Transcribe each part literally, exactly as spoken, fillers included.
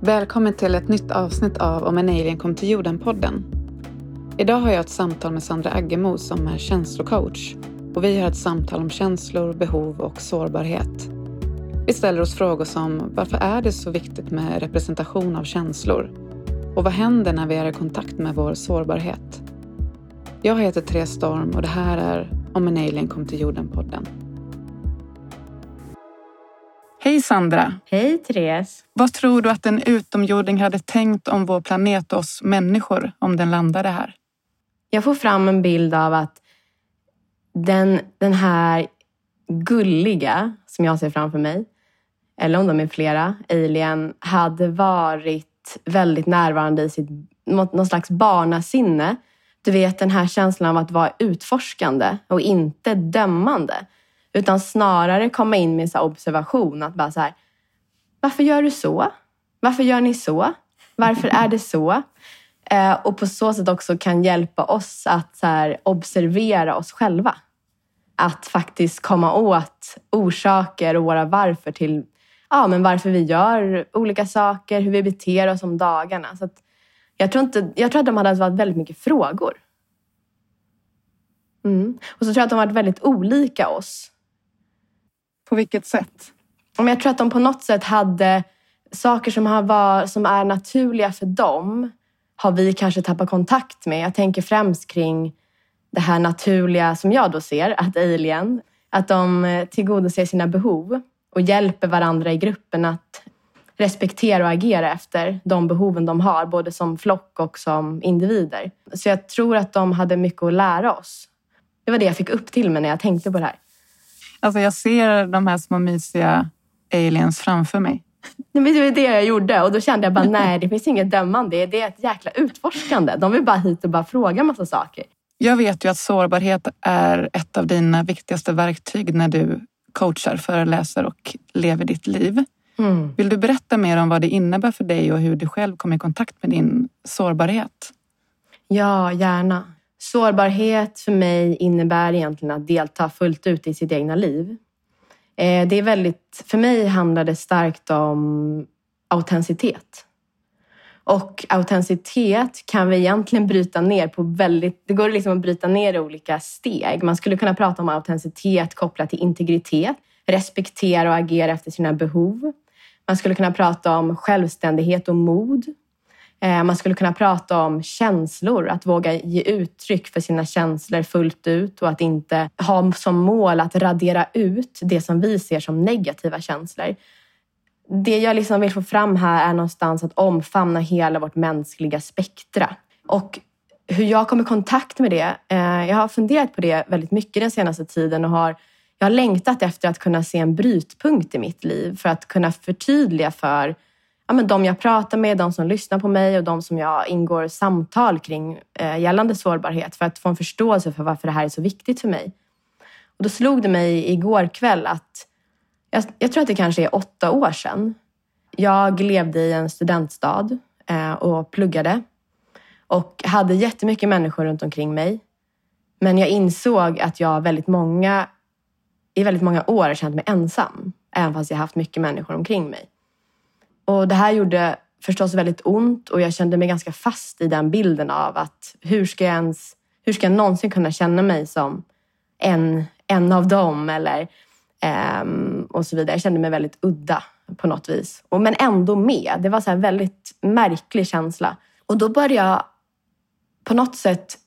Välkommen till ett nytt avsnitt av Om en alien kom till jorden-podden. Idag har jag ett samtal med Sandra Aggemo som är känslocoach. Och vi har ett samtal om känslor, behov och sårbarhet. Vi ställer oss frågor som: varför är det så viktigt med representation av känslor? Och vad händer när vi är i kontakt med vår sårbarhet? Jag heter Therese Storm och det här är Om en alien kom till jorden-podden. Hej Sandra! Hej Therese! Vad tror du att en utomjording hade tänkt om vår planet och oss människor om den landade här? Jag får fram en bild av att den, den här gulliga, som jag ser framför mig, eller om de är flera, alien, hade varit väldigt närvarande i sitt, någon slags barnasinne. Du vet, den här känslan av att vara utforskande och inte dömande. Utan snarare komma in med så observation. Att bara så här, varför gör du så? Varför gör ni så? Varför är det så? Eh, och på så sätt också kan hjälpa oss att så här, observera oss själva. Att faktiskt komma åt orsaker och våra varför till ja, men varför vi gör olika saker. Hur vi beter oss om dagarna. Så att jag, tror inte, jag tror att de hade varit väldigt mycket frågor. Mm. Och så tror jag att de har varit väldigt olika oss. På vilket sätt? Men jag tror att de på något sätt hade saker som, har var, som är naturliga för dem. Har vi kanske tappat kontakt med. Jag tänker främst kring det här naturliga som jag då ser. Att alien, att de tillgodoser sina behov. Och hjälper varandra i gruppen att respektera och agera efter de behoven de har. Både som flock och som individer. Så jag tror att de hade mycket att lära oss. Det var det jag fick upp till mig när jag tänkte på det här. Alltså jag ser de här små mysiga aliens framför mig. Det var det jag gjorde och då kände jag bara nej, det finns inget dömande. Det är ett jäkla utforskande. De vill bara hit och bara fråga en massa saker. Jag vet ju att sårbarhet är ett av dina viktigaste verktyg när du coachar, föreläser och lever ditt liv. Mm. Vill du berätta mer om vad det innebär för dig och hur du själv kom i kontakt med din sårbarhet? Ja, gärna. Sårbarhet för mig innebär egentligen att delta fullt ut i sitt egna liv. Det är väldigt, för mig handlar det starkt om autenticitet. Och autenticitet kan vi egentligen bryta ner på väldigt, det går liksom att bryta ner i olika steg. Man skulle kunna prata om autenticitet kopplat till integritet, respektera och agera efter sina behov. Man skulle kunna prata om självständighet och mod. Man skulle kunna prata om känslor, att våga ge uttryck för sina känslor fullt ut och att inte ha som mål att radera ut det som vi ser som negativa känslor. Det jag liksom vill få fram här är någonstans att omfamna hela vårt mänskliga spektra. Och hur jag kommer i kontakt med det, jag har funderat på det väldigt mycket den senaste tiden och har, jag har längtat efter att kunna se en brytpunkt i mitt liv för att kunna förtydliga för ja, men de jag pratar med, de som lyssnar på mig och de som jag ingår samtal kring eh, gällande sårbarhet för att få en förståelse för varför det här är så viktigt för mig. Och då slog det mig igår kväll att jag, jag tror att det kanske är åtta år sedan. Jag levde i en studentstad eh, och pluggade och hade jättemycket människor runt omkring mig. Men jag insåg att jag väldigt många, i väldigt många år känt mig ensam, även fast jag haft mycket människor omkring mig. Och det här gjorde förstås väldigt ont och jag kände mig ganska fast i den bilden av att hur ska jag ens, hur ska jag någonsin kunna känna mig som en, en av dem eller um, och så vidare. Jag kände mig väldigt udda på något vis. Och, men ändå med. Det var så här väldigt märklig känsla. Och då började jag på något sätt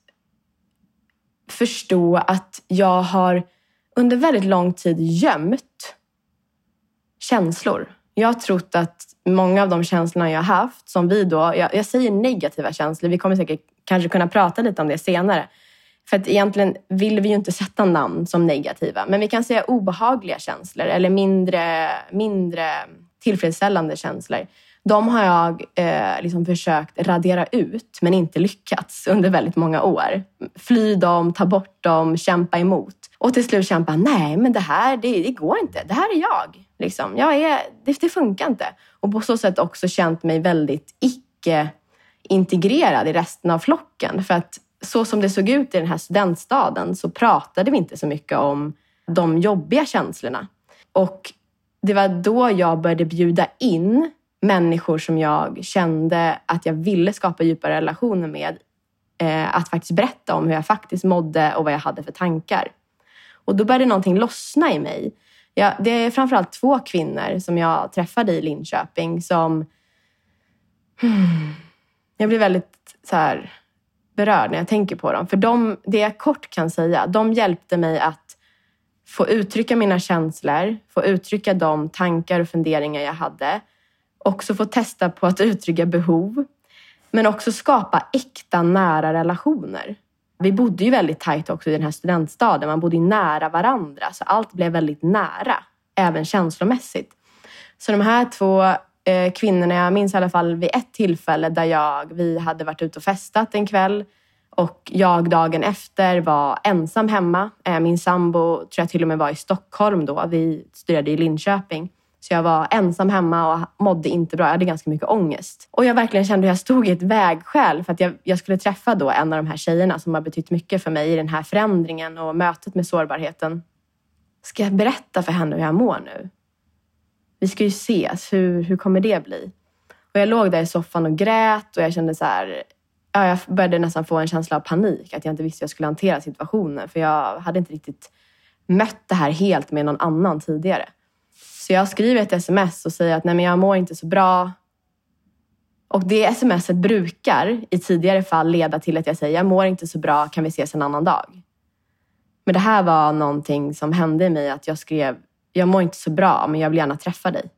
förstå att jag har under väldigt lång tid gömt känslor. Jag har trott att många av de känslorna jag har haft, som vi då, jag, jag säger negativa känslor, vi kommer säkert kanske kunna prata lite om det senare. För att egentligen vill vi ju inte sätta namn som negativa, men vi kan säga obehagliga känslor eller mindre, mindre tillfredsställande känslor. De har jag eh, liksom försökt radera ut, men inte lyckats under väldigt många år. Fly dem, ta bort dem, kämpa emot. Och till slut kämpa, nej men det här, det, det går inte. Det här är jag. Liksom. jag är, det, det funkar inte. Och på så sätt också känt mig väldigt icke-integrerad i resten av flocken. För att så som det såg ut i den här studentstaden så pratade vi inte så mycket om de jobbiga känslorna. Och det var då jag började bjuda in människor som jag kände att jag ville skapa djupare relationer med. Eh, att faktiskt berätta om hur jag faktiskt mådde och vad jag hade för tankar. Och då började någonting lossna i mig. Jag, det är framförallt två kvinnor som jag träffade i Linköping som... Hmm, jag blir väldigt så här, berörd när jag tänker på dem. För de, det jag kort kan säga, de hjälpte mig att få uttrycka mina känslor, få uttrycka de tankar och funderingar jag hade. Också få testa på att uttrycka behov. Men också skapa äkta nära relationer. Vi bodde ju väldigt tajt också i den här studentstaden. Man bodde ju nära varandra. Så allt blev väldigt nära. Även känslomässigt. Så de här två eh, kvinnorna, jag minns i alla fall vid ett tillfälle där jag, vi hade varit ute och festat en kväll. Och jag dagen efter var ensam hemma. Eh, min sambo tror jag till och med var i Stockholm då. Vi studerade i Linköping. Så jag var ensam hemma och mådde inte bra. Jag hade ganska mycket ångest. Och jag verkligen kände hur jag stod i ett vägskäl. För att jag, jag skulle träffa då en av de här tjejerna som har betytt mycket för mig i den här förändringen och mötet med sårbarheten. Ska jag berätta för henne hur jag mår nu? Vi ska ju ses. Hur, hur kommer det bli? Och jag låg där i soffan och grät. Och jag kände så här... Ja, jag började nästan få en känsla av panik. Att jag inte visste hur jag skulle hantera situationen. För jag hade inte riktigt mött det här helt med någon annan tidigare. Så jag skriver ett sms och säger att nej, men jag mår inte så bra. Och det smset brukar i tidigare fall leda till att jag säger jag mår inte så bra, kan vi ses en annan dag? Men det här var någonting som hände i mig, att jag skrev jag mår inte så bra men jag vill gärna träffa dig.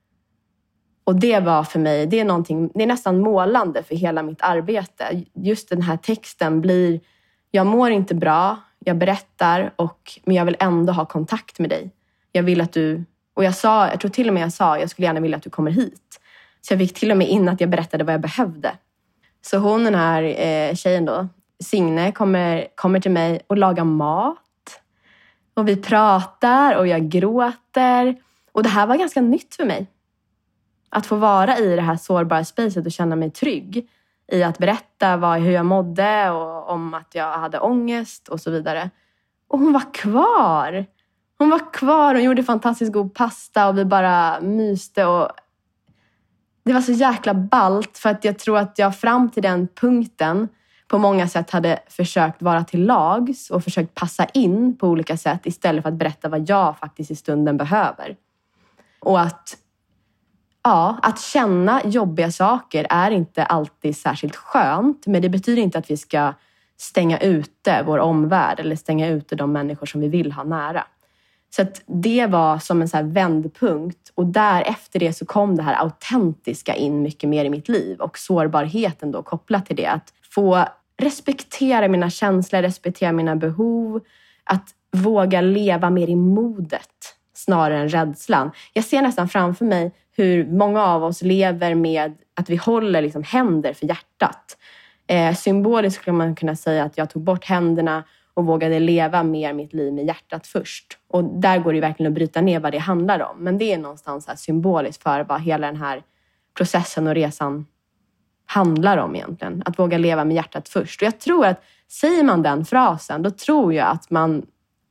Och det var för mig, det är någonting, det är nästan målande för hela mitt arbete. Just den här texten blir, jag mår inte bra, jag berättar, och, men jag vill ändå ha kontakt med dig. Jag vill att du... Och jag sa, jag tror till och med jag sa, jag skulle gärna vilja att du kommer hit. Så jag fick till och med in att jag berättade vad jag behövde. Så hon, den här eh, tjejen då, Signe, kommer, kommer till mig och lagar mat. Och vi pratar och jag gråter. Och det här var ganska nytt för mig. Att få vara i det här sårbara spacet och känna mig trygg. I att berätta vad, hur jag mådde och om att jag hade ångest och så vidare. Och hon var kvar. Hon var kvar och gjorde fantastiskt god pasta och vi bara myste. Och det var så jäkla ballt, för att jag tror att jag fram till den punkten på många sätt hade försökt vara till lags och försökt passa in på olika sätt istället för att berätta vad jag faktiskt i stunden behöver. Och att, ja, att känna jobbiga saker är inte alltid särskilt skönt, men det betyder inte att vi ska stänga ute vår omvärld eller stänga ute de människor som vi vill ha nära. Så att det var som en så här vändpunkt, och därefter det så kom det här autentiska in mycket mer i mitt liv, och sårbarheten då kopplat till det. Att få respektera mina känslor, respektera mina behov, att våga leva mer i modet snarare än rädslan. Jag ser nästan framför mig hur många av oss lever med att vi håller liksom händer för hjärtat. Eh, symboliskt skulle man kunna säga att jag tog bort händerna och vågade leva mer mitt liv med hjärtat först. Och där går det verkligen att bryta ner vad det handlar om. Men det är någonstans här symboliskt för vad hela den här processen och resan handlar om egentligen. Att våga leva med hjärtat först. Och jag tror att säger man den frasen, då tror jag att man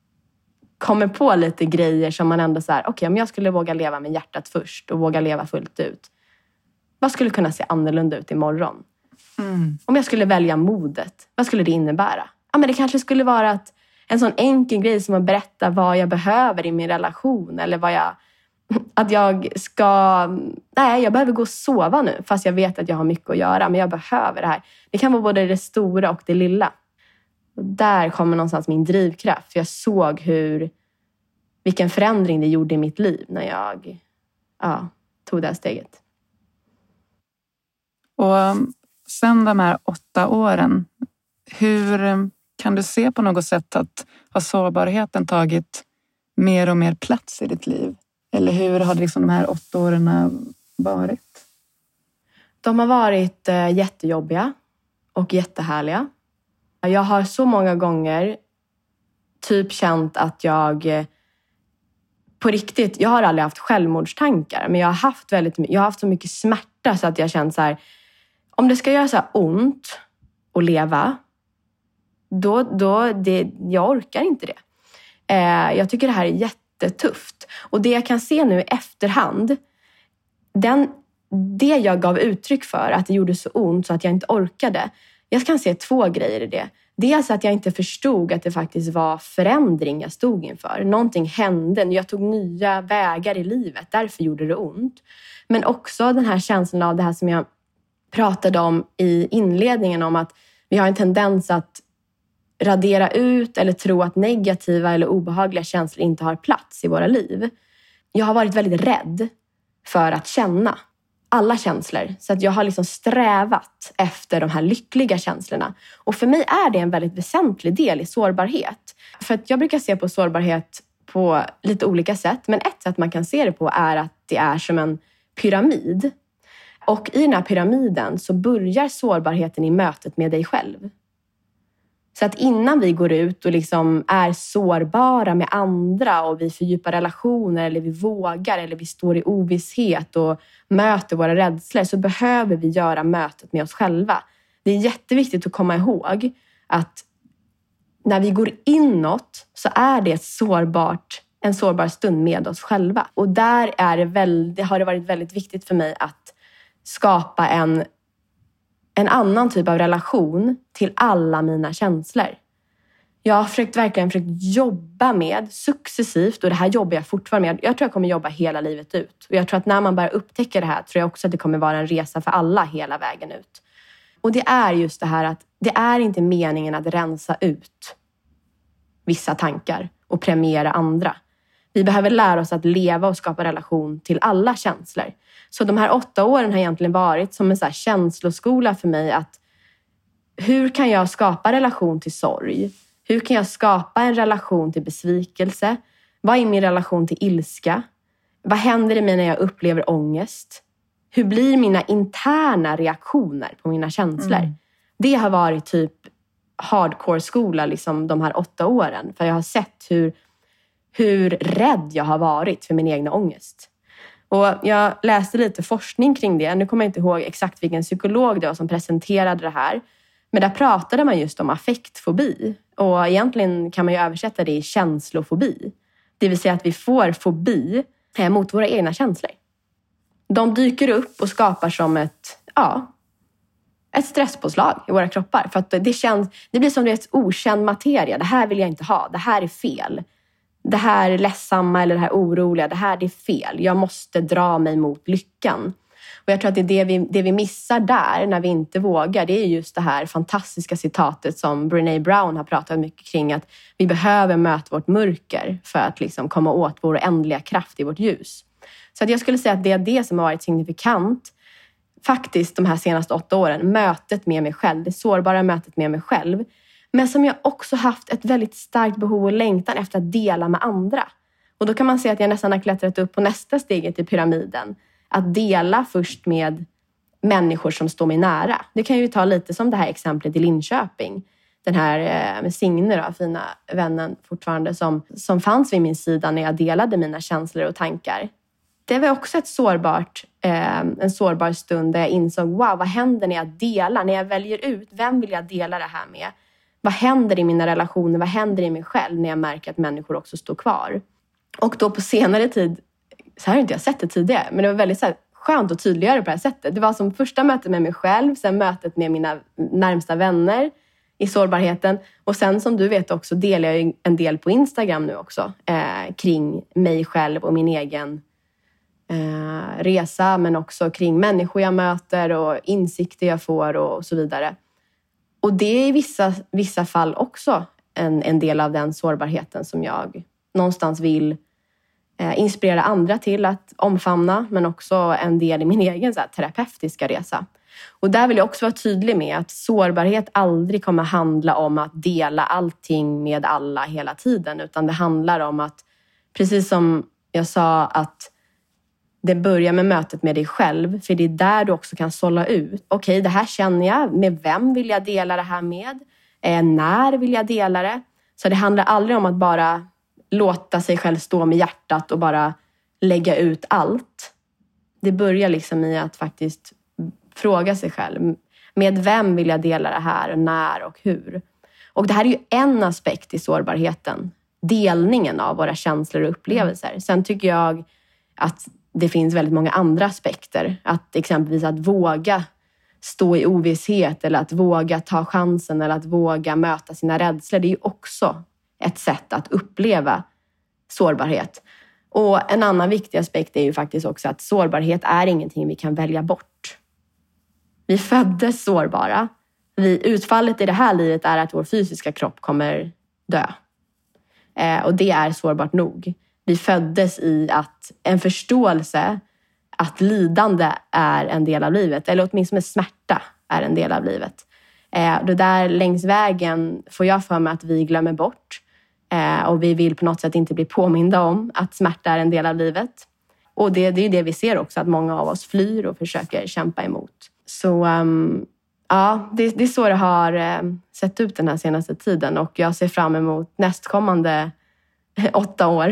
kommer på lite grejer som man ändå så här, okej, okay, om jag skulle våga leva med hjärtat först och våga leva fullt ut. Vad skulle kunna se annorlunda ut imorgon? Mm. Om jag skulle välja modet, vad skulle det innebära? Ja, men det kanske skulle vara att en sån enkel grej som att berätta vad jag behöver i min relation. Eller vad jag... Att jag ska... Nej, jag behöver gå och sova nu. Fast jag vet att jag har mycket att göra. Men jag behöver det här. Det kan vara både det stora och det lilla. Och där kommer någonstans min drivkraft. För jag såg hur... Vilken förändring det gjorde i mitt liv när jag ja, tog det här steget. Och sen de här åtta åren... Hur kan du se på något sätt att har sårbarheten tagit mer och mer plats i ditt liv? Eller hur har liksom de här åtta åren varit? De har varit jättejobbiga och jättehärliga. Jag har så många gånger typ känt att jag på riktigt, jag har aldrig haft självmordstankar, men jag har haft väldigt, jag har haft så mycket smärta så att jag känt så här, om det ska göra så här ont att leva, Då, då det, jag orkar inte det. Eh, jag tycker det här är jättetufft. Och det jag kan se nu i efterhand, den det jag gav uttryck för, att det gjorde så ont så att jag inte orkade. Jag kan se två grejer i det. Dels att jag inte förstod att det faktiskt var förändring jag stod inför. Någonting hände, jag tog nya vägar i livet, därför gjorde det ont. Men också den här känslan av det här som jag pratade om i inledningen, om att vi har en tendens att radera ut eller tro att negativa eller obehagliga känslor inte har plats i våra liv. Jag har varit väldigt rädd för att känna alla känslor. Så att jag har liksom strävat efter de här lyckliga känslorna. Och för mig är det en väldigt väsentlig del i sårbarhet. För att jag brukar se på sårbarhet på lite olika sätt. Men ett sätt man kan se det på är att det är som en pyramid. Och i den här pyramiden så börjar sårbarheten i mötet med dig själv. Så att innan vi går ut och liksom är sårbara med andra och vi fördjupar relationer eller vi vågar eller vi står i ovisshet och möter våra rädslor, så behöver vi göra mötet med oss själva. Det är jätteviktigt att komma ihåg att när vi går inåt så är det ett sårbart, en sårbar stund med oss själva. Och där är det väldigt, har det varit väldigt viktigt för mig att skapa en En annan typ av relation till alla mina känslor. Jag har försökt, verkligen försökt jobba med successivt, och det här jobbar jag fortfarande med. Jag tror jag kommer jobba hela livet ut. Och jag tror att när man börjar upptäcka det här tror jag också att det kommer vara en resa för alla hela vägen ut. Och det är just det här att det är inte meningen att rensa ut vissa tankar och premiera andra. Vi behöver lära oss att leva och skapa relation till alla känslor. Så de här åtta åren har egentligen varit som en så här känsloskola för mig. Att hur kan jag skapa relation till sorg? Hur kan jag skapa en relation till besvikelse? Vad är min relation till ilska? Vad händer i mig när jag upplever ångest? Hur blir mina interna reaktioner på mina känslor? Mm. Det har varit typ hardcore-skola liksom de här åtta åren. För jag har sett hur, hur rädd jag har varit för min egna ångest. Och jag läste lite forskning kring det. Nu kommer jag inte ihåg exakt vilken psykolog det var som presenterade det här. Men där pratade man just om affektfobi. Och egentligen kan man ju översätta det i känslofobi. Det vill säga att vi får fobi mot våra egna känslor. De dyker upp och skapar som ett, ja, ett stresspåslag i våra kroppar. För att det, känns, det blir som ett okänd materia. Det här vill jag inte ha. Det här är fel. Det här är ledsamma eller det här oroliga, det här det är fel. Jag måste dra mig mot lyckan. Och jag tror att det är det vi, det vi missar där när vi inte vågar. Det är just det här fantastiska citatet som Brené Brown har pratat mycket kring. Att vi behöver möta vårt mörker för att liksom komma åt vår ändliga kraft i vårt ljus. Så att jag skulle säga att det är det som har varit signifikant. Faktiskt de här senaste åtta åren. Mötet med mig själv. Det sårbara mötet med mig själv. Men som jag också haft ett väldigt starkt behov och längtan efter att dela med andra. Och då kan man se att jag nästan har klättrat upp på nästa steget i pyramiden. Att dela först med människor som står mig nära. Det kan ju ta lite som det här exemplet i Linköping. Den här med Signe då, fina vännen fortfarande som, som fanns vid min sida när jag delade mina känslor och tankar. Det var också ett sårbart, eh, en sårbar stund där jag insåg, wow, vad händer när jag delar? När jag väljer ut, vem vill jag dela det här med? Vad händer i mina relationer? Vad händer i mig själv när jag märker att människor också står kvar? Och då på senare tid, så här har inte jag sett det tidigare, men det var väldigt så här, skönt att tydliggöra det på det här sättet. Det var som första mötet med mig själv, sen mötet med mina närmsta vänner i sårbarheten. Och sen som du vet också delar jag en del på Instagram nu också eh, kring mig själv och min egen eh, resa, men också kring människor jag möter och insikter jag får och så vidare. Och det är i vissa, vissa fall också en, en del av den sårbarheten som jag någonstans vill eh, inspirera andra till att omfamna. Men också en del i min egen så här, terapeutiska resa. Och där vill jag också vara tydlig med att sårbarhet aldrig kommer handla om att dela allting med alla hela tiden. Utan det handlar om att, precis som jag sa, att det börjar med mötet med dig själv. För det är där du också kan sålla ut. Okej, okay, det här känner jag. Med vem vill jag dela det här med? Eh, när vill jag dela det? Så det handlar aldrig om att bara låta sig själv stå med hjärtat och bara lägga ut allt. Det börjar liksom i att faktiskt fråga sig själv. Med vem vill jag dela det här? När och hur? Och det här är ju en aspekt i sårbarheten. Delningen av våra känslor och upplevelser. Sen tycker jag att det finns väldigt många andra aspekter. Att exempelvis att våga stå i ovisshet eller att våga ta chansen eller att våga möta sina rädslor. Det är ju också ett sätt att uppleva sårbarhet. Och en annan viktig aspekt är ju faktiskt också att sårbarhet är ingenting vi kan välja bort. Vi föddes sårbara. Vi, utfallet i det här livet är att vår fysiska kropp kommer dö. Eh, och det är sårbart nog. Vi föddes i att en förståelse att lidande är en del av livet. Eller åtminstone smärta är en del av livet. Eh, det där längs vägen får jag för mig att vi glömmer bort. Eh, och vi vill på något sätt inte bli påminda om att smärta är en del av livet. Och det, det är det vi ser också, att många av oss flyr och försöker kämpa emot. Så um, ja, det, det är så det har eh, sett ut den här senaste tiden. Och jag ser fram emot nästkommande åtta år.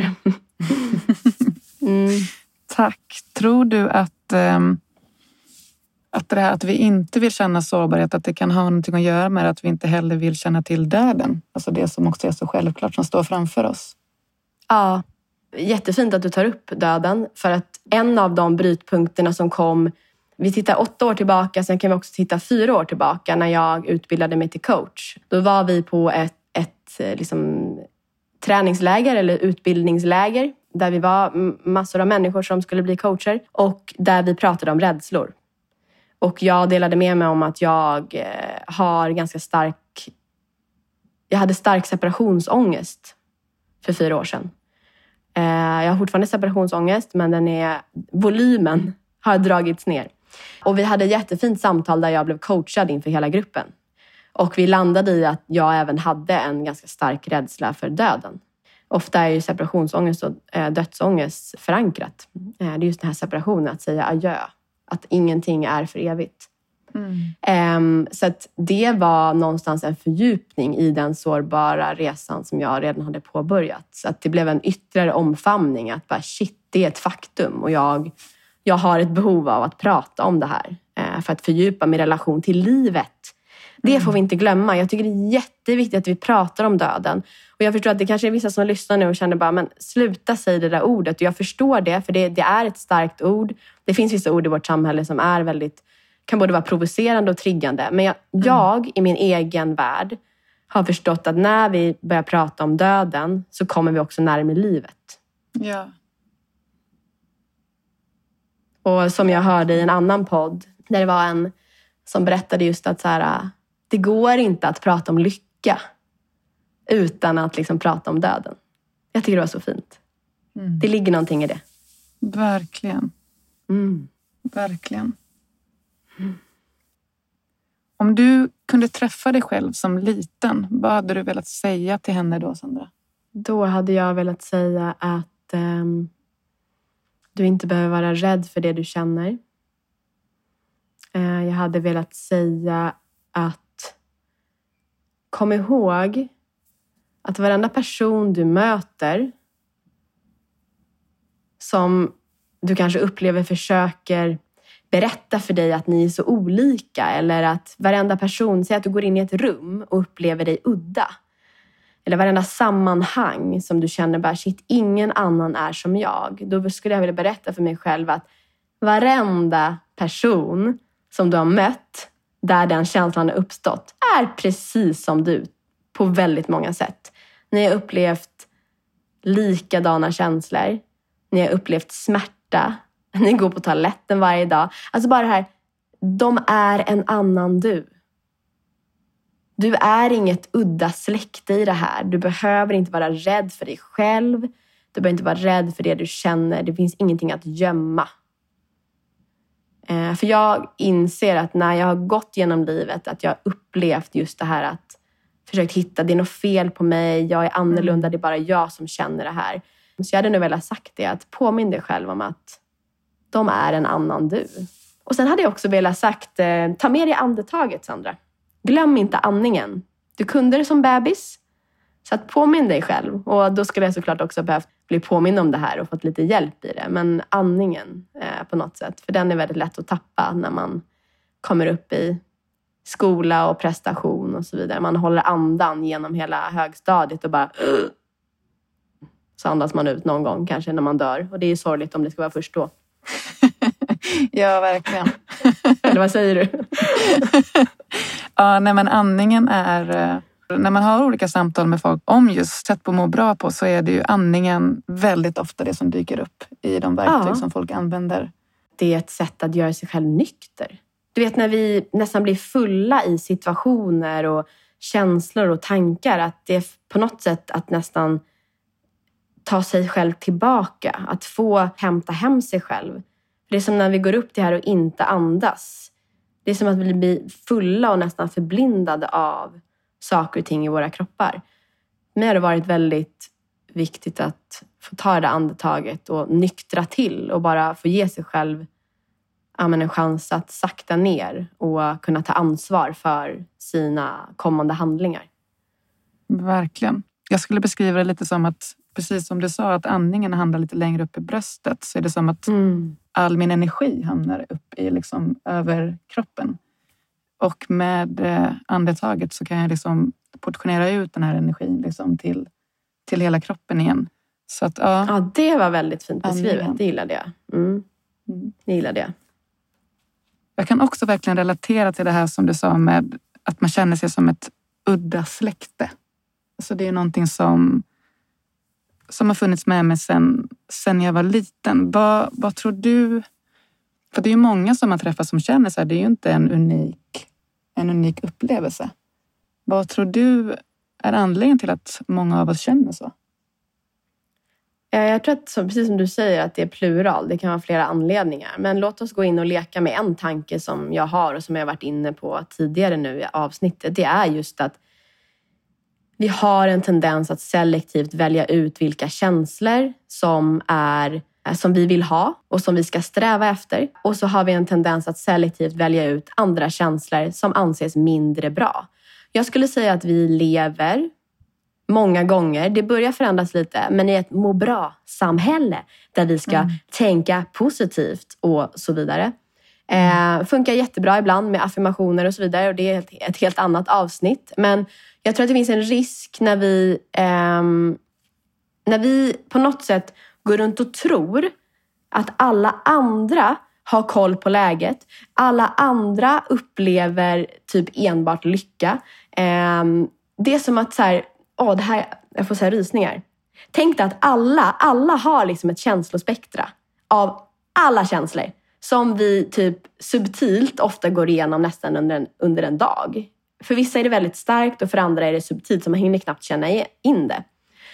mm. Tack. Tror du att, um, att det här att vi inte vill känna sårbarhet, att det kan ha någonting att göra med att vi inte heller vill känna till döden? Alltså det som också är så självklart som står framför oss. Ja, jättefint att du tar upp döden. För att en av de brytpunkterna som kom, vi tittar åtta år tillbaka, sen kan vi också titta fyra år tillbaka när jag utbildade mig till coach. Då var vi på ett, ett liksom, träningsläger eller utbildningsläger där vi var massor av människor som skulle bli coacher och där vi pratade om rädslor. Och jag delade med mig om att jag har ganska stark, jag hade stark separationsångest för fyra år sedan. Jag har fortfarande separationsångest, men den är, volymen har dragits ner. Och vi hade ett jättefint samtal där jag blev coachad inför hela gruppen. Och vi landade i att jag även hade en ganska stark rädsla för döden. Ofta är ju separationsångest och dödsångest förankrat. Det är just den här separationen, att säga adjö. Att ingenting är för evigt. Mm. Så att det var någonstans en fördjupning i den sårbara resan som jag redan hade påbörjat. Så att det blev en ytterligare omfamning. Att bara shit, det är ett faktum. Och jag, jag har ett behov av att prata om det här. För att fördjupa min relation till livet. Det får vi inte glömma. Jag tycker det är jätteviktigt att vi pratar om döden. Och jag förstår att det kanske är vissa som lyssnar nu och känner bara, men sluta säga det där ordet. Och jag förstår det, för det, det är ett starkt ord. Det finns vissa ord i vårt samhälle som är väldigt, kan både vara provocerande och triggande. Men jag, mm. jag i min egen värld har förstått att när vi börjar prata om döden så kommer vi också närmare livet. Ja. Och som jag hörde i en annan podd, där det var en som berättade just att så här, det går inte att prata om lycka utan att liksom prata om döden. Jag tycker det var så fint. Mm. Det ligger någonting i det. Verkligen. Mm. Verkligen. Mm. Om du kunde träffa dig själv som liten, vad hade du velat säga till henne då, Sandra? Då hade jag velat säga att um, du inte behöver vara rädd för det du känner. Uh, jag hade velat säga att kom ihåg att varenda person du möter som du kanske upplever försöker berätta för dig att ni är så olika, eller att varenda person, säger att du går in i ett rum och upplever dig udda, eller varenda sammanhang som du känner bara shit, ingen annan är som jag, då skulle jag vilja berätta för mig själv att varenda person som du har mött där den känslan har uppstått är precis som du på väldigt många sätt. Ni har upplevt likadana känslor. Ni har upplevt smärta. Ni går på toaletten varje dag. Alltså bara det här, de är en annan du. Du är inget udda släkte i det här. Du behöver inte vara rädd för dig själv. Du behöver inte vara rädd för det du känner. Det finns ingenting att gömma. För jag inser att när jag har gått genom livet, att jag har upplevt just det här att försökt hitta, det är något fel på mig, jag är annorlunda, det är bara jag som känner det här. Så jag hade nog velat sagt det, att påminn dig själv om att de är en annan du. Och sen hade jag också velat sagt, ta med dig andetaget, Sandra. Glöm inte andningen. Du kunde det som bebis, så att påminn dig själv. Och då skulle jag såklart också behövt bli påminn om det här och fått lite hjälp i det. Men andningen eh, på något sätt, för den är väldigt lätt att tappa när man kommer upp i skola och prestation och så vidare. Man håller andan genom hela högstadiet och bara så andas man ut någon gång kanske när man dör. Och det är ju sorgligt om det ska vara först då. Ja, verkligen. Eller vad säger du? Ja, nej, men andningen är... När man har olika samtal med folk om just sätt på att må bra på, så är det ju andningen väldigt ofta det som dyker upp i de verktyg ja. som folk använder. Det är ett sätt att göra sig själv nykter. Du vet när vi nästan blir fulla i situationer och känslor och tankar, att det är på något sätt att nästan ta sig själv tillbaka. Att få hämta hem sig själv. Det är som när vi går upp till här och inte andas. Det är som att vi blir fulla och nästan förblindade av saker och ting i våra kroppar. Men det har varit väldigt viktigt att få ta det andetaget och nyktra till och bara få ge sig själv ja, men en chans att sakta ner och kunna ta ansvar för sina kommande handlingar. Verkligen. Jag skulle beskriva det lite som att, precis som du sa, att andningen handlar lite längre upp i bröstet, så är det som att mm. all min energi hamnar upp i liksom över kroppen. Och med eh, andetaget så kan jag liksom portionera ut den här energin liksom till, till hela kroppen igen. Så att, ja. ja, det var väldigt fint beskrivet. Andningen. Det gillade jag. Mm. Mm. Det gillade jag. Jag kan också verkligen relatera till det här som du sa med att man känner sig som ett udda släkte. Så det är någonting som, som har funnits med mig sedan, sedan jag var liten. Vad, vad tror du? För det är ju många som man träffar som känner så här. Det är ju inte en unik, en unik upplevelse. Vad tror du är anledningen till att många av oss känner så? Jag tror att, precis som du säger, att det är plural. Det kan vara flera anledningar. Men låt oss gå in och leka med en tanke som jag har och som jag har varit inne på tidigare nu i avsnittet. Det är just att vi har en tendens att selektivt välja ut vilka känslor som, är, som vi vill ha och som vi ska sträva efter. Och så har vi en tendens att selektivt välja ut andra känslor som anses mindre bra. Jag skulle säga att vi lever många gånger, det börjar förändras lite, men i ett må bra-samhälle där vi ska mm. tänka positivt och så vidare. Eh, funkar jättebra ibland med affirmationer och så vidare, och det är ett, ett helt annat avsnitt. Men jag tror att det finns en risk när vi, eh, när vi på något sätt går runt och tror att alla andra har koll på läget. Alla andra upplever typ enbart lycka. Eh, det är som att så här, åh, det här, jag får så här rysningar. Tänk dig att alla, alla har liksom ett känslospektra av alla känslor som vi typ subtilt ofta går igenom nästan under en, under en dag. För vissa är det väldigt starkt och för andra är det subtilt så man hinner knappt känna in det.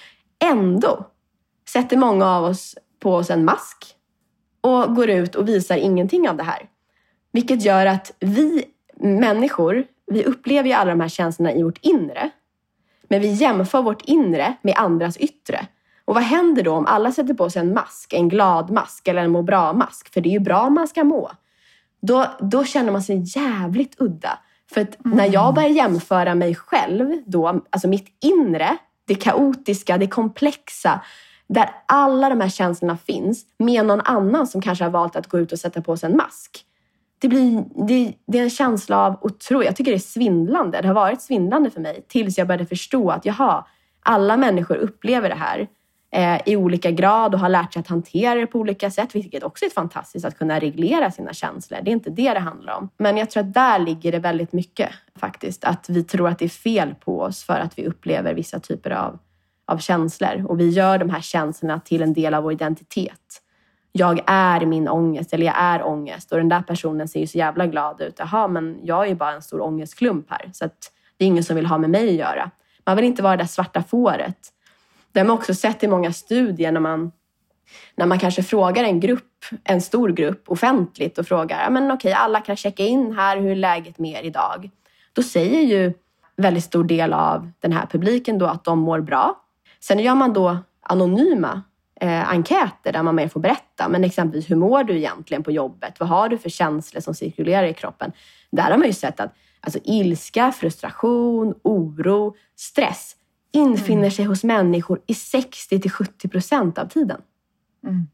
Ändå sätter många av oss på oss en mask och går ut och visar ingenting av det här. Vilket gör att vi människor, vi upplever ju alla de här känslorna i vårt inre. Men vi jämför vårt inre med andras yttre. Och vad händer då om alla sätter på sig en mask, en glad mask eller en må bra-mask? För det är ju bra man ska må. Då, då känner man sig jävligt udda. För att mm. när jag börjar jämföra mig själv, då, alltså mitt inre, det kaotiska, det komplexa, där alla de här känslorna finns, med någon annan som kanske har valt att gå ut och sätta på sig en mask. Det, blir, det, det är en känsla av otro. Jag tycker det är svindlande. Det har varit svindlande för mig tills jag började förstå att jaha, alla människor upplever det här eh, i olika grad och har lärt sig att hantera det på olika sätt. Vilket också är fantastiskt att kunna reglera sina känslor. Det är inte det det handlar om. Men jag tror att där ligger det väldigt mycket faktiskt. Att vi tror att det är fel på oss för att vi upplever vissa typer av, av känslor. Och vi gör de här känslorna till en del av vår identitet. Jag är min ångest eller jag är ångest. Och den där personen ser ju så jävla glad ut. Jaha, men jag är ju bara en stor ångestklump här. Så att det är ingen som vill ha med mig att göra. Man vill inte vara det där svarta fåret. Det har man också sett i många studier när man, när man kanske frågar en grupp, en stor grupp offentligt och frågar, ja men okej, alla kan checka in här, hur är läget med er idag? Då säger ju väldigt stor del av den här publiken då att de mår bra. Sen gör man då anonyma eh, enkäter där man mer får berätta, men exempelvis hur mår du egentligen på jobbet? Vad har du för känslor som cirkulerar i kroppen? Där har man ju sett att alltså, ilska, frustration, oro, stress infinner mm. sig hos människor i sextio till sjuttio procent av tiden. Mm.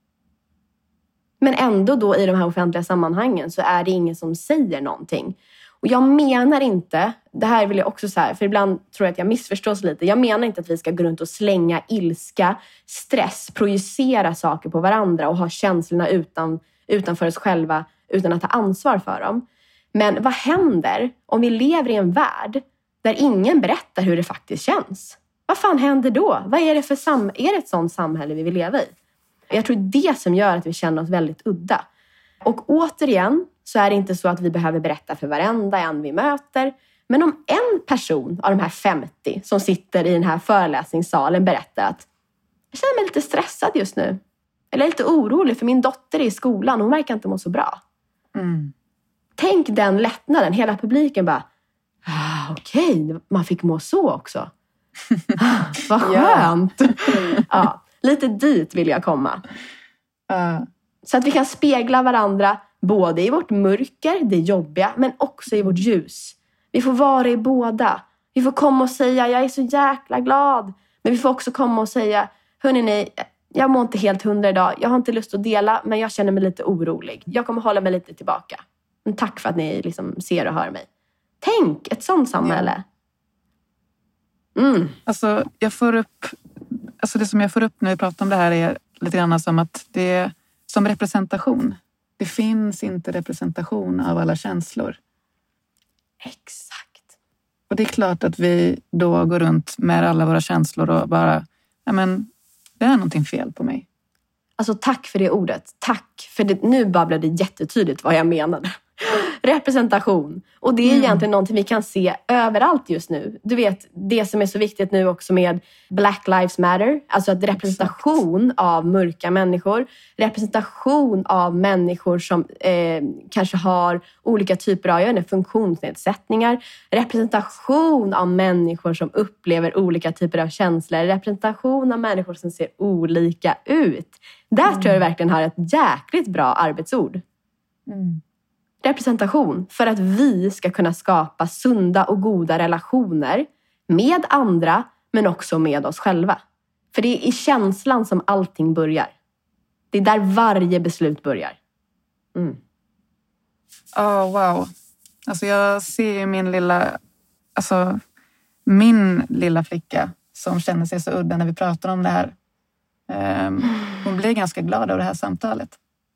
Men ändå då i de här offentliga sammanhangen så är det ingen som säger någonting. Och jag menar inte, det här vill jag också så här, för ibland tror jag att jag missförstås lite. Jag menar inte att vi ska gå runt och slänga ilska, stress, projicera saker på varandra och ha känslorna utan, utanför oss själva utan att ta ansvar för dem. Men vad händer om vi lever i en värld där ingen berättar hur det faktiskt känns? Vad fan händer då? Vad är det för sam- är det ett sånt samhälle vi vill leva i? Jag tror det är det som gör att vi känner oss väldigt udda. Och återigen så är det inte så att vi behöver berätta för varenda en vi möter. Men om en person av de här femtio som sitter i den här föreläsningssalen berättar att jag känner mig lite stressad just nu. Eller lite orolig för min dotter är i skolan. Hon verkar inte må så bra. Mm. Tänk den lättnaden. Hela publiken bara, ah, okej, okay, man fick må så också. Ah, vad skönt. Ja, lite dit vill jag komma. Uh. Så att vi kan spegla varandra både i vårt mörker, det jobbiga, men också i vårt ljus. Vi får vara i båda. Vi får komma och säga, jag är så jäkla glad. Men vi får också komma och säga, hörni ni, jag mår inte helt hundra idag. Jag har inte lust att dela, men jag känner mig lite orolig. Jag kommer hålla mig lite tillbaka. Men tack för att ni liksom ser och hör mig. Tänk, ett sånt samhälle. Mm. Alltså, jag får upp, alltså det som jag får upp när vi pratar om det här är lite grann som att det är som representation. Det finns inte representation av alla känslor. Exakt. Och det är klart att vi då går runt med alla våra känslor och bara, ja men, det är någonting fel på mig. Alltså tack för det ordet. Tack. För det, nu babblade det jättetydligt vad jag menade. Representation. Och det är mm. egentligen någonting vi kan se överallt just nu. Du vet, det som är så viktigt nu också med Black Lives Matter. Alltså att representation Exakt. Av mörka människor. Representation av människor som eh, kanske har olika typer av jag vet inte, funktionsnedsättningar. Representation av människor som upplever olika typer av känslor. Representation av människor som ser olika ut. Där mm. tror jag verkligen har ett jäkligt bra arbetsord. Mm. Representation för att vi ska kunna skapa sunda och goda relationer med andra men också med oss själva. För det är i känslan som allting börjar. Det är där varje beslut börjar. Mm. Oh, wow. Alltså jag ser min lilla, alltså min lilla flicka som känner sig så udda när vi pratar om det här. Um, hon blir ganska glad av det här samtalet.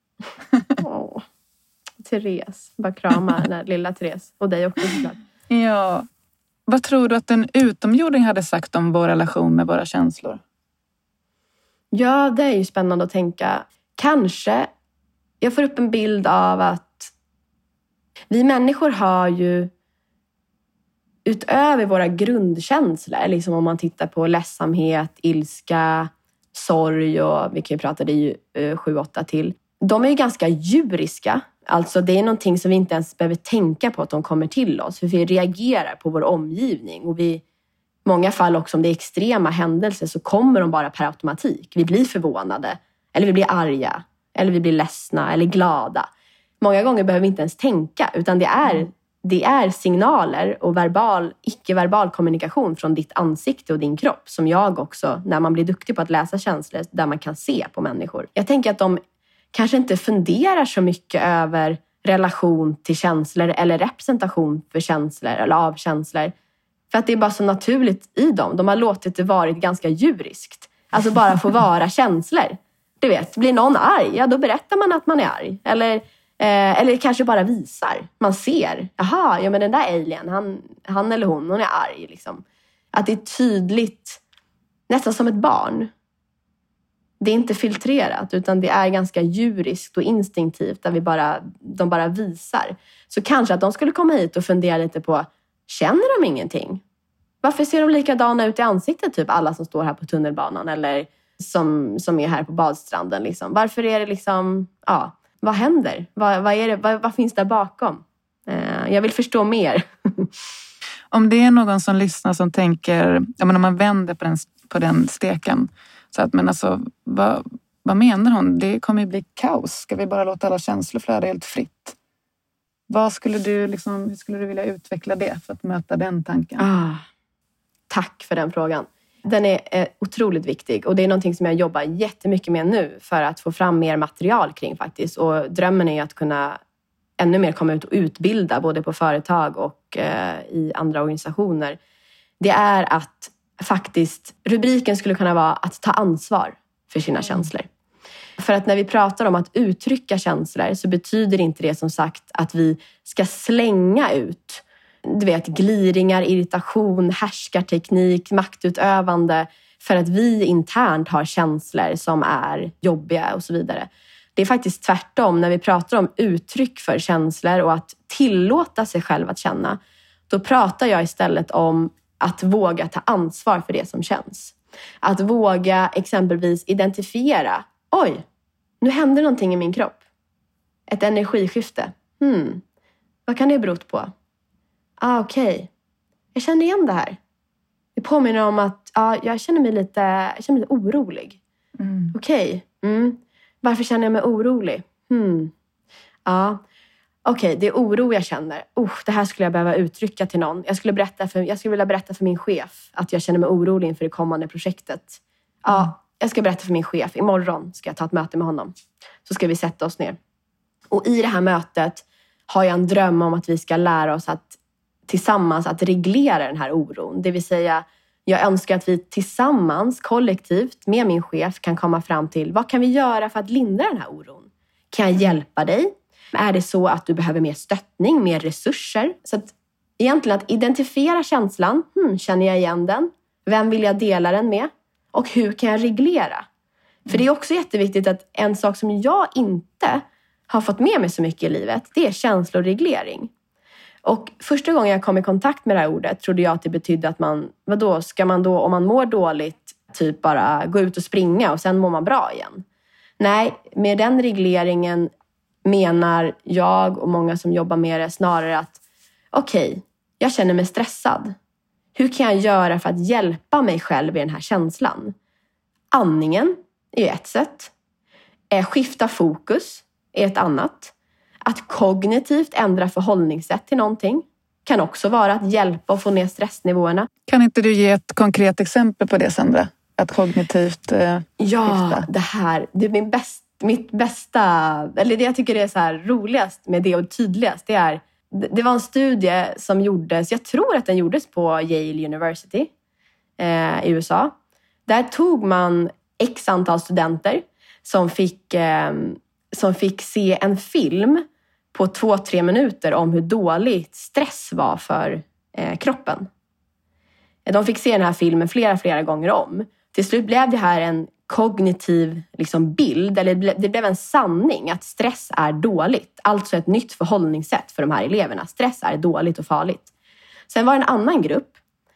Oh. Therese, bara krama den här lilla Therese. Och dig också såklart. Ja. Vad tror du att en utomjording hade sagt om vår relation med våra känslor? Ja, det är ju spännande att tänka. Kanske, jag får upp en bild av att vi människor har ju utöver våra grundkänslor, liksom om man tittar på ledsamhet, ilska, sorg och vi kan ju prata det ju uh, sju, åtta till. De är ju ganska djuriska. Alltså det är någonting som vi inte ens behöver tänka på att de kommer till oss. För vi reagerar på vår omgivning. Och vi, i många fall också om det är extrema händelser så kommer de bara per automatik. Vi blir förvånade. Eller vi blir arga. Eller vi blir ledsna eller glada. Många gånger behöver vi inte ens tänka. Utan det är, det är signaler och verbal, icke-verbal kommunikation från ditt ansikte och din kropp. Som jag också, när man blir duktig på att läsa känslor, där man kan se på människor. Jag tänker att de kanske inte funderar så mycket över relation till känslor eller representation för känslor eller av känslor. För att det är bara så naturligt i dem. De har låtit det vara ganska djuriskt. Alltså bara få vara känslor. Du vet, blir någon arg, ja då berättar man att man är arg. Eller, eh, eller kanske bara visar. Man ser, jaha, ja men den där alien, han, han eller hon, hon är arg. Liksom. Att det är tydligt, nästan som ett barn. Det är inte filtrerat utan det är ganska djuriskt och instinktivt där vi bara, de bara visar. Så kanske att de skulle komma hit och fundera lite på, känner de ingenting? Varför ser de likadana ut i ansiktet typ alla som står här på tunnelbanan eller som, som är här på badstranden? Liksom? Varför är det liksom, ja, vad händer? Vad, vad, är det, vad, vad finns där bakom? Eh, jag vill förstå mer. Om det är någon som lyssnar som tänker, ja men om man vänder på den, på den steken. Så att, men alltså, vad, vad menar hon? Det kommer ju bli kaos. Ska vi bara låta alla känslor flöda helt fritt? Vad skulle du liksom, hur skulle du vilja utveckla det för att möta den tanken? Ah, tack för den frågan. Den är eh, otroligt viktig och det är någonting som jag jobbar jättemycket med nu för att få fram mer material kring faktiskt. Och drömmen är att kunna ännu mer komma ut och utbilda både på företag och eh, i andra organisationer, det är att faktiskt, rubriken skulle kunna vara att ta ansvar för sina mm. känslor. För att när vi pratar om att uttrycka känslor så betyder inte det som sagt att vi ska slänga ut, du vet, gliringar, irritation, härskarteknik, maktutövande för att vi internt har känslor som är jobbiga och så vidare. Det är faktiskt tvärtom. När vi pratar om uttryck för känslor och att tillåta sig själv att känna, då pratar jag istället om att våga ta ansvar för det som känns. Att våga exempelvis identifiera, oj, nu händer någonting i min kropp. Ett energiskifte. Hmm. Vad kan det bero på? Ah, okej. Okay. Jag känner igen det här. Det påminner om att ah, jag känner mig lite, jag känner mig lite orolig. Mm. Okej. Okay. Mm. Varför känner jag mig orolig? Hmm. Ja. Okej, okay, det är oro jag känner. Oh, det här skulle jag behöva uttrycka till någon. Jag skulle, berätta för, jag skulle vilja berätta för min chef att jag känner mig orolig inför det kommande projektet. Ja, mm. Jag ska berätta för min chef. Imorgon ska jag ta ett möte med honom. Så ska vi sätta oss ner. Och i det här mötet har jag en dröm om att vi ska lära oss att tillsammans att reglera den här oron. Det vill säga, jag önskar att vi tillsammans, kollektivt, med min chef kan komma fram till vad kan vi göra för att lindra den här oron? Kan jag hjälpa dig? Är det så att du behöver mer stöttning, mer resurser? Så att egentligen att identifiera känslan. Hmm, känner jag igen den? Vem vill jag dela den med? Och hur kan jag reglera? För det är också jätteviktigt att en sak som jag inte har fått med mig så mycket i livet, det är känsloreglering. Och första gången jag kom i kontakt med det här ordet trodde jag att det betydde att man, vadå, ska man då, om man mår dåligt, typ bara gå ut och springa och sen mår man bra igen? Nej, med den regleringen menar jag och många som jobbar med det snarare att okej, okay, jag känner mig stressad. Hur kan jag göra för att hjälpa mig själv i den här känslan? Andningen är ett sätt. Skifta fokus är ett annat. Att kognitivt ändra förhållningssätt till någonting kan också vara att hjälpa att få ner stressnivåerna. Kan inte du ge ett konkret exempel på det, Sandra? Att kognitivt eh, Ja, skifta. det här. Det är min bäst, mitt bästa, eller det jag tycker är så här roligast med det och tydligast, det är, det var en studie som gjordes, jag tror att den gjordes på Yale University eh, i U S A. Där tog man x antal studenter som fick, eh, som fick se en film på två, tre minuter om hur dåligt stress var för eh, kroppen. De fick se den här filmen flera, flera gånger om. Till slut blev det här en kognitiv liksom, bild, eller det blev en sanning att stress är dåligt. Alltså ett nytt förhållningssätt för de här eleverna. Stress är dåligt och farligt. Sen var det en annan grupp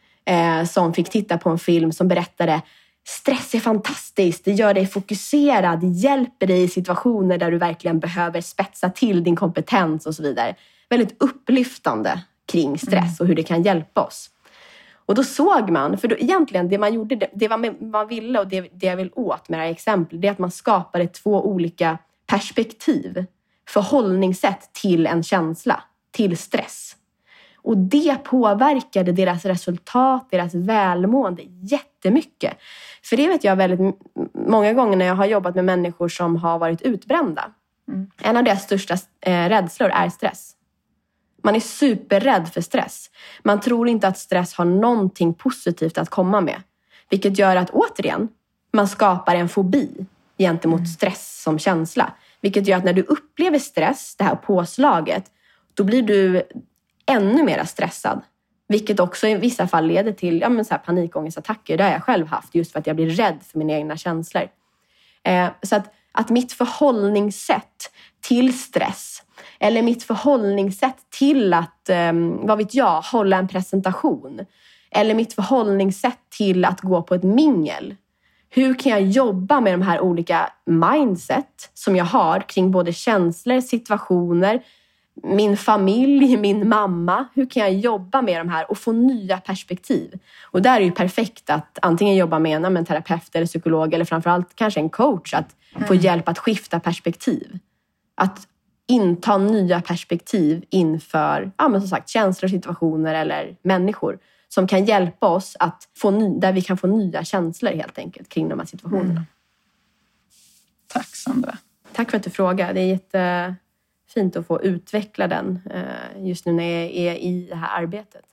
eh, som fick titta på en film som berättade stress är fantastiskt, det gör dig fokuserad, det hjälper dig i situationer där du verkligen behöver spetsa till din kompetens och så vidare. Väldigt upplyftande kring stress och hur det kan hjälpa oss. Och då såg man, för då egentligen det man gjorde, det var man ville och det, det jag vill åt med det här exemplet, det är att man skapade två olika perspektiv, förhållningssätt till en känsla, till stress. Och det påverkade deras resultat, deras välmående jättemycket. För det vet jag väldigt många gånger när jag har jobbat med människor som har varit utbrända. Mm. En av deras största eh, rädslor är stress. Man är superrädd för stress. Man tror inte att stress har någonting positivt att komma med. Vilket gör att återigen, man skapar en fobi gentemot mm. stress som känsla. Vilket gör att när du upplever stress, det här påslaget, då blir du ännu mer stressad. Vilket också i vissa fall leder till ja, men så här panikångestattacker. Det har jag själv haft just för att jag blir rädd för mina egna känslor. Eh, så att, att mitt förhållningssätt till stress eller mitt förhållningssätt till att, eh, vad vet jag, hålla en presentation. Eller mitt förhållningssätt till att gå på ett mingel. Hur kan jag jobba med de här olika mindset som jag har kring både känslor, situationer, min familj, min mamma. Hur kan jag jobba med de här och få nya perspektiv? Och där är det ju perfekt att antingen jobba med en, en terapeut eller psykolog eller framförallt kanske en coach att mm. få hjälp att skifta perspektiv. Att inta nya perspektiv inför ja, men som sagt, känslor, situationer eller människor som kan hjälpa oss att få ny, där vi kan få nya känslor helt enkelt kring de här situationerna. Mm. Tack Sandra. Tack för att du frågade. Det är jätte... fint att få utveckla den just nu när jag är i det här arbetet.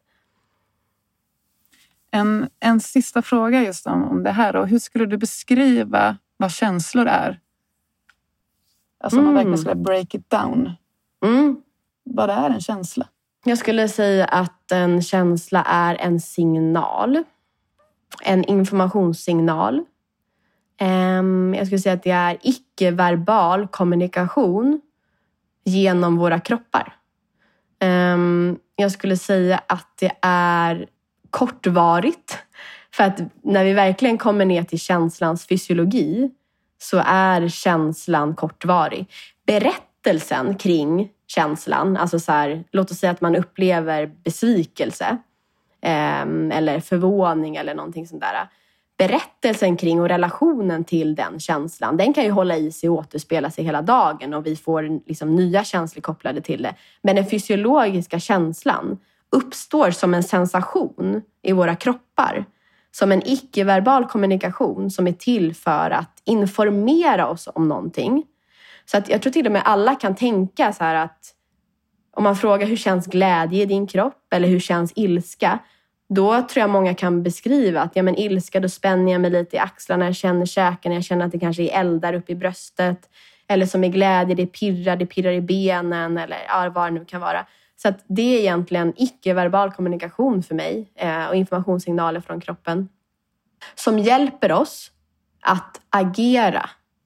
En, en sista fråga just om, om det här. Och hur skulle du beskriva vad känslor är? Alltså om man Mm. verkligen skulle break it down. Mm. Vad är en känsla? Jag skulle säga att en känsla är en signal. En informationssignal. Jag skulle säga att det är icke-verbal kommunikation genom våra kroppar. Jag skulle säga att det är kortvarigt. För att när vi verkligen kommer ner till känslans fysiologi så är känslan kortvarig. Berättelsen kring känslan, alltså så här, låt oss säga att man upplever besvikelse eller förvåning eller någonting sånt där. Berättelsen kring och relationen till den känslan, den kan ju hålla i sig och återspela sig hela dagen och vi får liksom nya känslor kopplade till det. Men den fysiologiska känslan uppstår som en sensation i våra kroppar. Som en icke-verbal kommunikation som är till för att informera oss om någonting. Så att jag tror till och med alla kan tänka så här att om man frågar hur känns glädje i din kropp eller hur känns ilska, då tror jag många kan beskriva att ja, men ilska, då spänner jag mig lite i axlarna, jag känner käken, jag känner att det kanske är eldar uppe i bröstet. Eller som i glädje, det pirrar, det pirrar i benen eller ja, vad det nu kan vara. Så att det är egentligen icke-verbal kommunikation för mig eh, och informationssignaler från kroppen som hjälper oss att agera.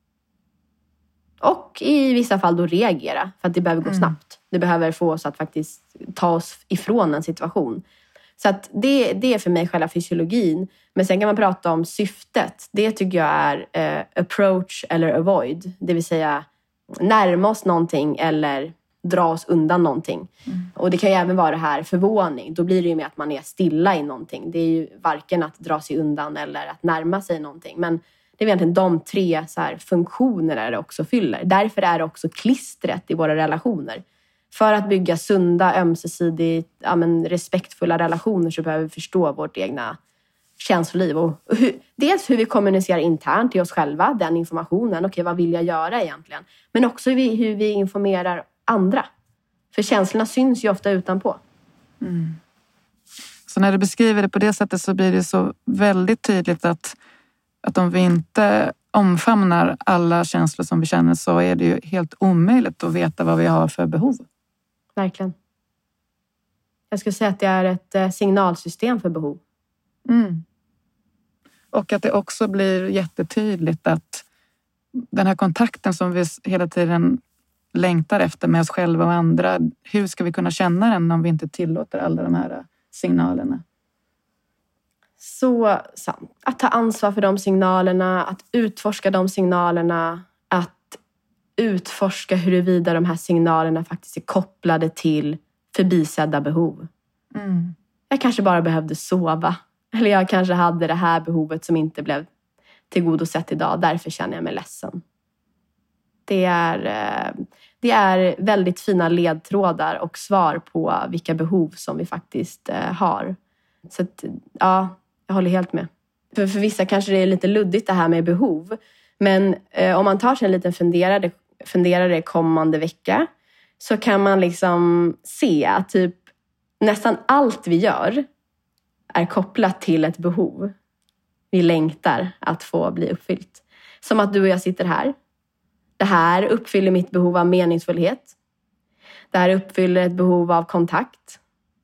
Och i vissa fall då reagera för att det behöver gå Mm. snabbt. Det behöver få oss att faktiskt ta oss ifrån en situation. Så att det, det är för mig själva fysiologin. Men sen kan man prata om syftet. Det tycker jag är eh, approach eller avoid. Det vill säga närma oss någonting eller dra oss undan någonting. Mm. Och det kan ju även vara det här förvåning. Då blir det ju med att man är stilla i någonting. Det är ju varken att dra sig undan eller att närma sig någonting. Men det är egentligen de tre så här funktionerna det också fyller. Därför är det också klistret i våra relationer. För att bygga sunda, ömsesidigt, ja, men respektfulla relationer så behöver vi förstå vårt egna känsloliv. Och hur, dels hur vi kommunicerar internt till oss själva, den informationen. Okej, vad vill jag göra egentligen? Men också hur vi, hur vi informerar andra. För känslorna syns ju ofta utanpå. Mm. Så när du beskriver det på det sättet så blir det så väldigt tydligt att, att om vi inte omfamnar alla känslor som vi känner så är det ju helt omöjligt att veta vad vi har för behov. Verkligen. Jag skulle säga att det är ett signalsystem för behov. Mm. Och att det också blir jättetydligt att den här kontakten som vi hela tiden längtar efter med oss själva och andra, hur ska vi kunna känna den om vi inte tillåter alla de här signalerna? Så sant. Att ta ansvar för de signalerna, att utforska de signalerna, att utforska huruvida de här signalerna faktiskt är kopplade till förbisedda behov. Mm. Jag kanske bara behövde sova. Eller jag kanske hade det här behovet som inte blev tillgodosett idag. Därför känner jag mig ledsen. Det är, det är väldigt fina ledtrådar och svar på vilka behov som vi faktiskt har. Så att, ja, jag håller helt med. För, för vissa kanske det är lite luddigt det här med behov. Men eh, om man tar sig en liten funderare, funderare kommande vecka så kan man liksom se att typ nästan allt vi gör är kopplat till ett behov. Vi längtar att få bli uppfyllt. Som att du och jag sitter här. Det här uppfyller mitt behov av meningsfullhet. Det här uppfyller ett behov av kontakt.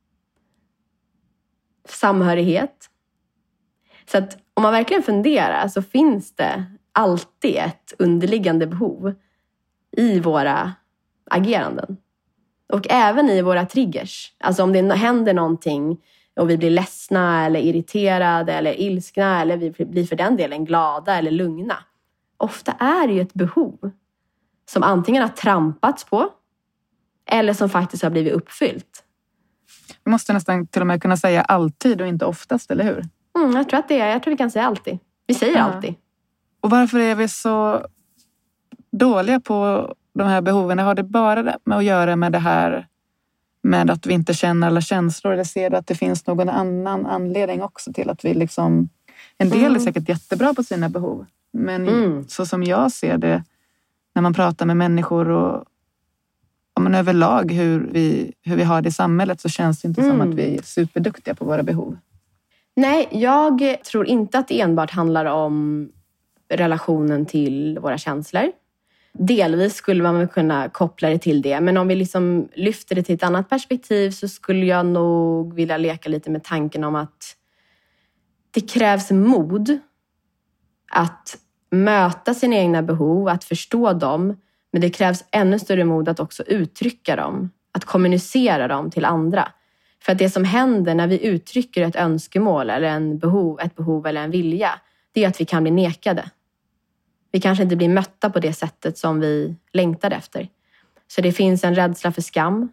Samhörighet. Så att om man verkligen funderar så finns det alltid ett underliggande behov i våra ageranden. Och även i våra triggers. Alltså om det händer någonting och vi blir ledsna eller irriterade eller ilskna eller vi blir för den delen glada eller lugna. Ofta är det ju ett behov som antingen har trampats på eller som faktiskt har blivit uppfyllt. Vi måste nästan till och med kunna säga alltid och inte oftast, eller hur? Mm, jag tror att det är. Jag tror vi kan säga alltid. Vi säger ja. alltid. Och varför är vi så dåliga på de här behoven? Har det bara med att göra med det här med att vi inte känner alla känslor? Eller ser du att det finns någon annan anledning också till att vi liksom... En del mm. är säkert jättebra på sina behov. Men mm. så som jag ser det när man pratar med människor och om man överlag hur vi, hur vi har det i samhället, så känns det inte mm. som att vi är superduktiga på våra behov. Nej, jag tror inte att det enbart handlar om relationen till våra känslor. Delvis skulle man kunna koppla det till det. Men om vi liksom lyfter det till ett annat perspektiv, så skulle jag nog vilja leka lite med tanken om att det krävs mod att möta sina egna behov, att förstå dem. Men det krävs ännu större mod att också uttrycka dem. Att kommunicera dem till andra. För att det som händer när vi uttrycker ett önskemål eller en behov, ett behov eller en vilja, det är att vi kan bli nekade. Vi kanske inte blir mötta på det sättet som vi längtar efter. Så det finns en rädsla för skam.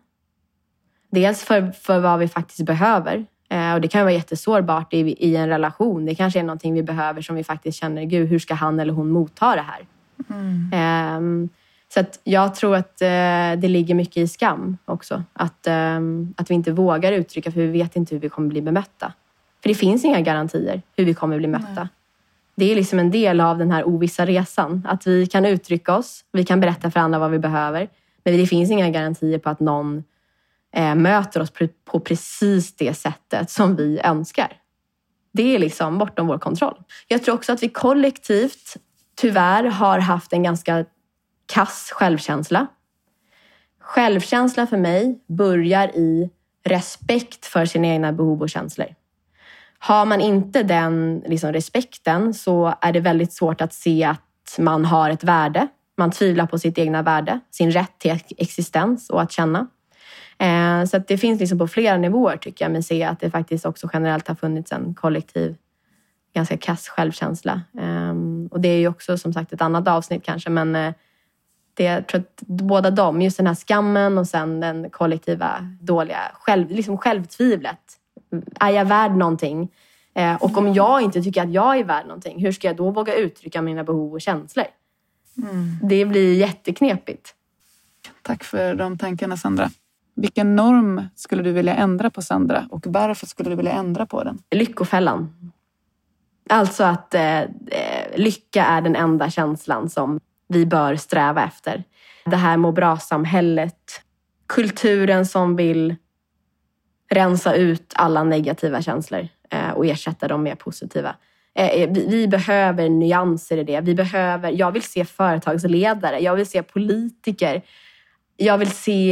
Dels för, för vad vi faktiskt behöver. Eh, och det kan vara jättesårbart i, i en relation. Det kanske är någonting vi behöver som vi faktiskt känner, gud, hur ska han eller hon motta det här? Mm. Eh, så att jag tror att eh, det ligger mycket i skam också. Att, eh, att vi inte vågar uttrycka, för vi vet inte hur vi kommer bli bemötta. För det finns inga garantier hur vi kommer bli mötta. Nej. Det är liksom en del av den här ovissa resan. Att vi kan uttrycka oss, vi kan berätta för andra vad vi behöver. Men det finns inga garantier på att någon eh, möter oss på precis det sättet som vi önskar. Det är liksom bortom vår kontroll. Jag tror också att vi kollektivt tyvärr har haft en ganska kass självkänsla. Självkänsla för mig börjar i respekt för sina egna behov och känslor. Har man inte den liksom, respekten, så är det väldigt svårt att se att man har ett värde. Man tvivlar på sitt egna värde, sin rätt till existens och att känna. Eh, så att det finns liksom på flera nivåer, tycker jag, men se att det faktiskt också generellt har funnits en kollektiv, ganska kass självkänsla. Eh, och det är ju också som sagt ett annat avsnitt kanske, men eh, det, jag tror att båda dem, just den här skammen och sen den kollektiva dåliga själv, liksom självtvivlet. Är jag värd någonting? Eh, och om jag inte tycker att jag är värd någonting, hur ska jag då våga uttrycka mina behov och känslor? Mm. Det blir jätteknepigt. Tack för de tankarna, Sandra. Vilken norm skulle du vilja ändra på, Sandra? Och varför skulle du vilja ändra på den? Lyckofällan. Alltså att eh, lycka är den enda känslan som vi bör sträva efter. Det här må bra-samhället. Kulturen som vill rensa ut alla negativa känslor eh, och ersätta dem med positiva. Eh, vi, vi behöver nyanser i det. Vi behöver, jag vill se företagsledare. Jag vill se politiker. Jag vill se...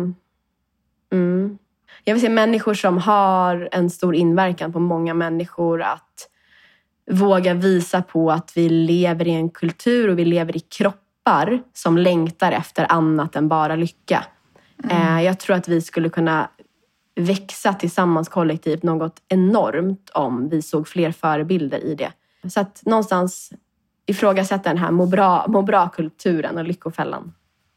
Mm, jag vill se människor som har en stor inverkan på många människor. Att våga visa på att vi lever i en kultur och vi lever i kroppar som längtar efter annat än bara lycka. Mm. Eh, jag tror att vi skulle kunna växa tillsammans kollektivt något enormt om vi såg fler förebilder i det. Så att någonstans ifrågasätta den här må bra, må bra-kulturen och lyckofällan.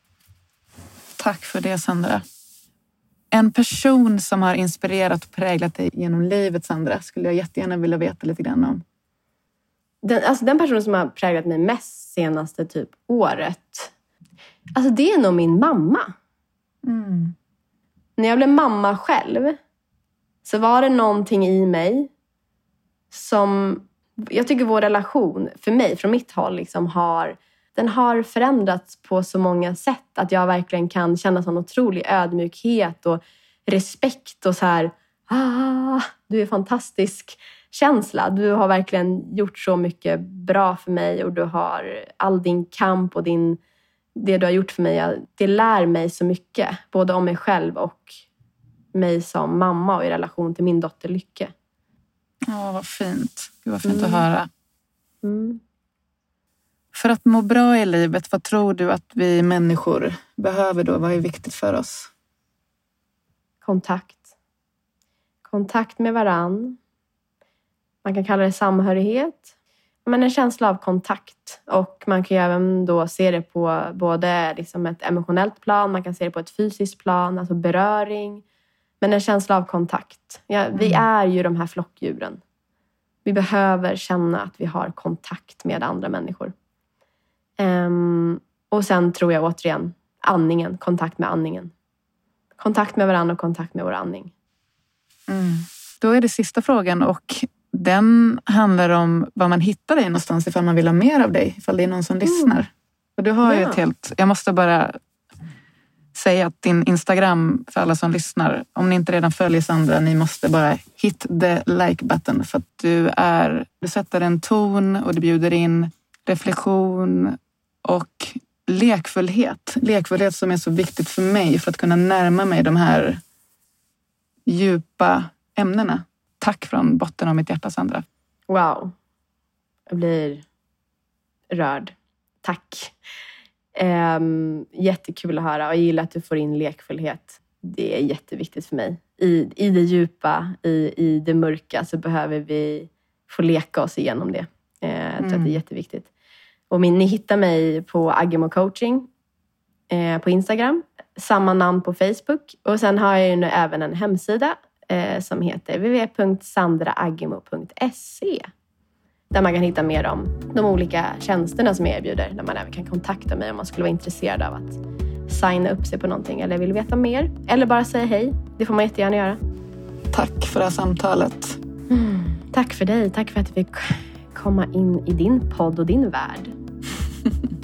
Tack för det, Sandra. En person som har inspirerat och präglat dig genom livet, Sandra, skulle jag jättegärna vilja veta lite grann om. Den, alltså den personen som har präglat mig mest senaste typ året, alltså det är nog min mamma. Mm. När jag blev mamma själv så var det någonting i mig som, jag tycker vår relation för mig, från mitt håll, liksom har, den har förändrats på så många sätt att jag verkligen kan känna sån otrolig ödmjukhet och respekt och så här, ah, du är fantastisk känsla. Du har verkligen gjort så mycket bra för mig och du har all din kamp och din det du har gjort för mig, det lär mig så mycket. Både om mig själv och mig som mamma och i relation till min dotter Lycke. Ja, vad fint. Gud, vad fint mm. att höra. Mm. För att må bra i livet, vad tror du att vi människor behöver då? Vad är viktigt för oss? Kontakt. Kontakt med varann. Man kan kalla det samhörighet. Men en känsla av kontakt, och man kan ju även då se det på både liksom ett emotionellt plan, man kan se det på ett fysiskt plan, alltså beröring, men en känsla av kontakt. Ja, vi är ju de här flockdjuren. Vi behöver känna att vi har kontakt med andra människor. Um, och sen tror jag återigen andningen, kontakt med andningen. Kontakt med varandra och kontakt med vår andning. Mm. Då är det sista frågan, och den handlar om vad man hittar dig någonstans ifall man vill ha mer av dig, ifall det är någon som mm. lyssnar. Och du har ja. ju ett helt, jag måste bara säga att din Instagram, för alla som lyssnar, om ni inte redan följer Sandra, ni måste bara hit the like button, för att du är, du sätter en ton och du bjuder in reflektion och lekfullhet. Lekfullhet som är så viktigt för mig för att kunna närma mig de här djupa ämnena. Tack från botten av mitt hjärta, Sandra. Wow. Jag blir rörd. Tack. Um, jättekul att höra, och jag gillar att du får in lekfullhet. Det är jätteviktigt för mig. I, i det djupa, i, i det mörka, så behöver vi få leka oss igenom det. Uh, jag tror mm. att det är jätteviktigt. Och min, ni hittar mig på Aggemo coaching uh, på Instagram. Samma namn på Facebook. Och sen har jag ju nu även en hemsida uh, som heter w w w punkt sandra aggemo punkt se. Där man kan hitta mer om de olika tjänsterna som jag erbjuder. Där man även kan kontakta mig om man skulle vara intresserad av att signa upp sig på någonting. Eller vill veta mer. Eller bara säga hej. Det får man jättegärna göra. Tack för det här samtalet. Mm, tack för dig. Tack för att vi fick komma in i din podd och din värld.